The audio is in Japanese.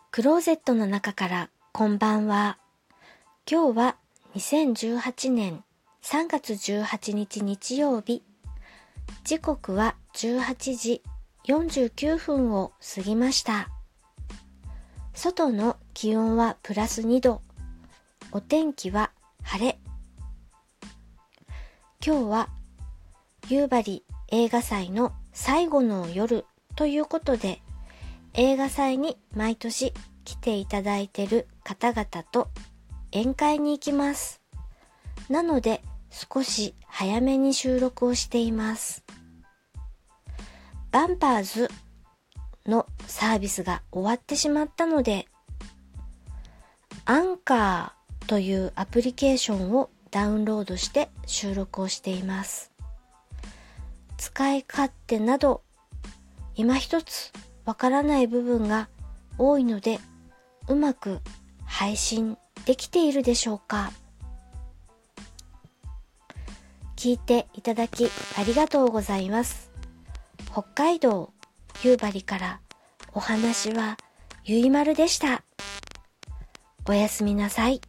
クローゼットの中からこんばんは。今日は2018年3月18日日曜日。時刻は18時49分を過ぎました。外の気温はプラス2度。お天気は晴れ。今日は夕張映画祭の最後の夜ということで、映画祭に毎年来ていただいている方々と宴会に行きます。なので少し早めに収録をしています。バンパーズのサービスが終わってしまったので、アンカーというアプリケーションをダウンロードして収録をしています。使い勝手など今一つわからない部分が多いので、うまく配信できているでしょうか。聞いていただきありがとうございます。北海道夕張からお話はゆいまるでした。おやすみなさい。